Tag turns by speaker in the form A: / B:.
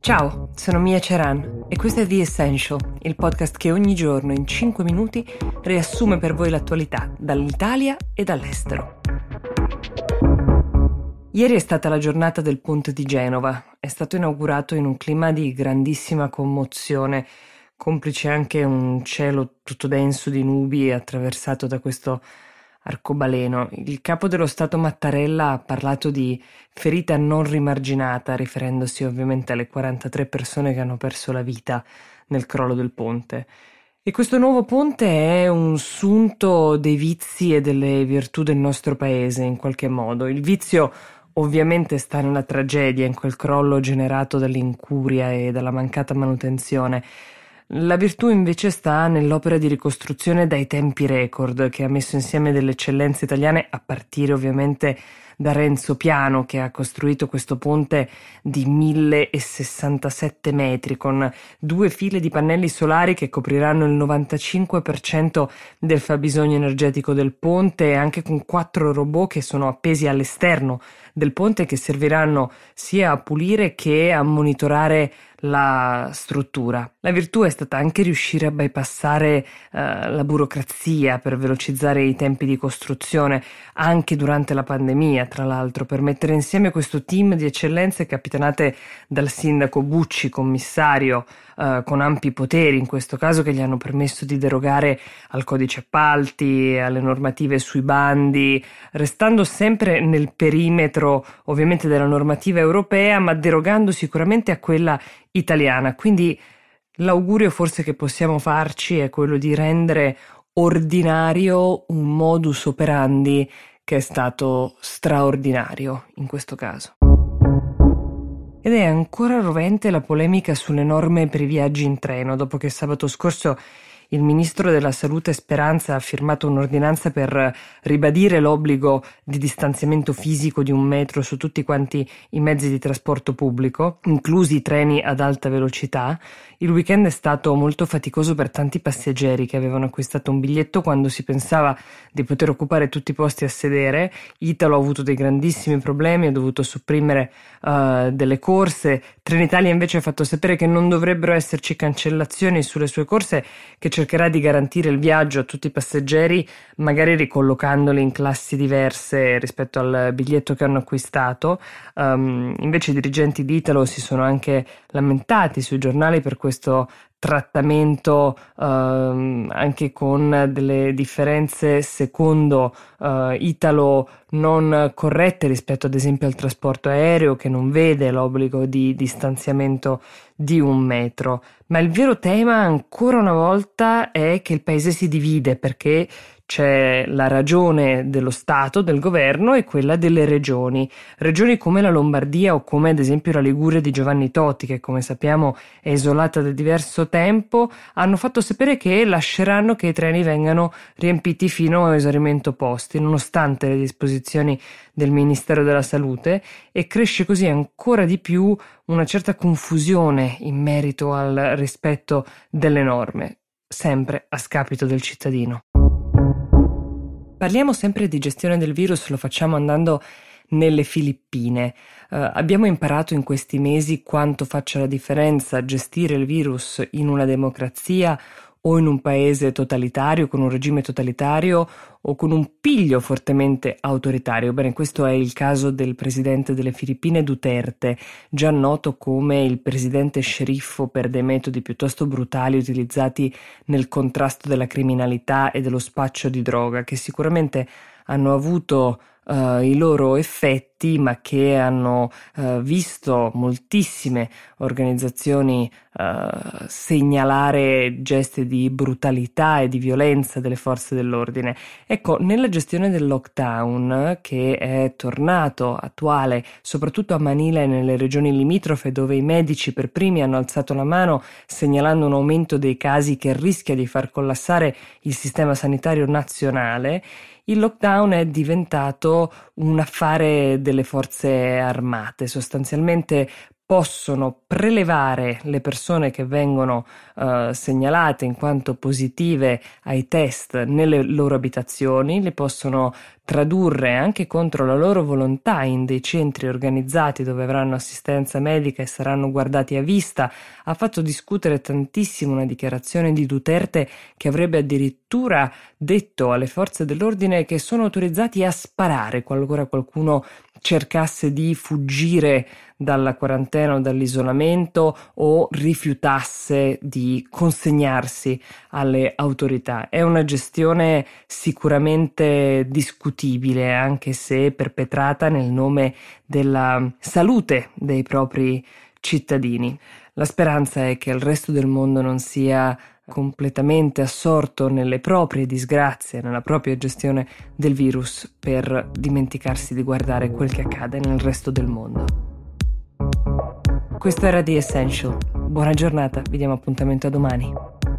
A: Ciao, sono Mia Ceran e questo è The Essential, il podcast che ogni giorno in 5 minuti riassume per voi l'attualità dall'Italia e dall'estero. Ieri è stata la giornata del ponte di Genova, è stato inaugurato in un clima di grandissima commozione, complice anche un cielo tutto denso di nubi attraversato da questo arcobaleno. Il capo dello Stato Mattarella ha parlato di ferita non rimarginata, riferendosi ovviamente alle 43 persone che hanno perso la vita nel crollo del ponte. E questo nuovo ponte è un sunto dei vizi e delle virtù del nostro paese, in qualche modo. Il vizio ovviamente sta nella tragedia, in quel crollo generato dall'incuria e dalla mancata manutenzione. La virtù invece sta nell'opera di ricostruzione dai tempi record, che ha messo insieme delle eccellenze italiane, a partire ovviamente da Renzo Piano, che ha costruito questo ponte di 1067 metri con 2 file di pannelli solari che copriranno il 95% del fabbisogno energetico del ponte, e anche con 4 robot che sono appesi all'esterno del ponte, che serviranno sia a pulire che a monitorare la struttura. La virtù è stata anche riuscire a bypassare la burocrazia per velocizzare i tempi di costruzione, anche durante la pandemia, tra l'altro, per mettere insieme questo team di eccellenze capitanate dal sindaco Bucci, commissario con ampi poteri in questo caso, che gli hanno permesso di derogare al codice appalti, alle normative sui bandi, restando sempre nel perimetro ovviamente della normativa europea, ma derogando sicuramente a quella italiana. Quindi l'augurio forse che possiamo farci è quello di rendere ordinario un modus operandi che è stato straordinario in questo caso. Ed è ancora rovente la polemica sulle norme per i viaggi in treno, dopo che sabato scorso il ministro della Salute Speranza ha firmato un'ordinanza per ribadire l'obbligo di distanziamento fisico di 1 metro su tutti quanti i mezzi di trasporto pubblico, inclusi i treni ad alta velocità. Il weekend è stato molto faticoso per tanti passeggeri che avevano acquistato un biglietto quando si pensava di poter occupare tutti i posti a sedere. Italo ha avuto dei grandissimi problemi, ha dovuto sopprimere delle corse. Trenitalia invece ha fatto sapere che non dovrebbero esserci cancellazioni sulle sue corse, che cercherà di garantire il viaggio a tutti i passeggeri, magari ricollocandoli in classi diverse rispetto al biglietto che hanno acquistato. Invece i dirigenti di Italo si sono anche lamentati sui giornali per questo trattamento, anche con delle differenze secondo Italo non corrette rispetto ad esempio al trasporto aereo, che non vede l'obbligo di distanziamento di 1 metro. Ma il vero tema ancora una volta è che il paese si divide, perché c'è la ragione dello Stato, del governo, e quella delle regioni. Regioni come la Lombardia o come ad esempio la Liguria di Giovanni Toti, che come sappiamo è isolata da diverso tempo, hanno fatto sapere che lasceranno che i treni vengano riempiti fino a esaurimento posti, nonostante le disposizioni del Ministero della Salute, e cresce così ancora di più una certa confusione in merito al rispetto delle norme, sempre a scapito del cittadino. Parliamo sempre di gestione del virus, lo facciamo andando nelle Filippine. Abbiamo imparato in questi mesi quanto faccia la differenza gestire il virus in una democrazia o in un paese totalitario, con un regime totalitario o con un piglio fortemente autoritario. Bene, questo è il caso del presidente delle Filippine Duterte, già noto come il presidente sceriffo per dei metodi piuttosto brutali utilizzati nel contrasto della criminalità e dello spaccio di droga, che sicuramente hanno avuto i loro effetti, ma che hanno visto moltissime organizzazioni segnalare gesti di brutalità e di violenza delle forze dell'ordine. Ecco, nella gestione del lockdown, che è tornato attuale soprattutto a Manila e nelle regioni limitrofe, dove i medici per primi hanno alzato la mano segnalando un aumento dei casi che rischia di far collassare il sistema sanitario nazionale, il lockdown è diventato un affare delle forze armate. Sostanzialmente possono prelevare le persone che vengono segnalate in quanto positive ai test nelle loro abitazioni, le possono tradurre anche contro la loro volontà in dei centri organizzati dove avranno assistenza medica e saranno guardati a vista. Ha fatto discutere tantissimo una dichiarazione di Duterte che avrebbe addirittura detto alle forze dell'ordine che sono autorizzati a sparare qualora qualcuno cercasse di fuggire dalla quarantena o dall'isolamento o rifiutasse di consegnarsi alle autorità. È una gestione sicuramente discutibile, anche se perpetrata nel nome della salute dei propri cittadini. La speranza è che il resto del mondo non sia completamente assorto nelle proprie disgrazie, nella propria gestione del virus, per dimenticarsi di guardare quel che accade nel resto del mondo. Questo era The Essential. Buona giornata, vi diamo appuntamento a domani.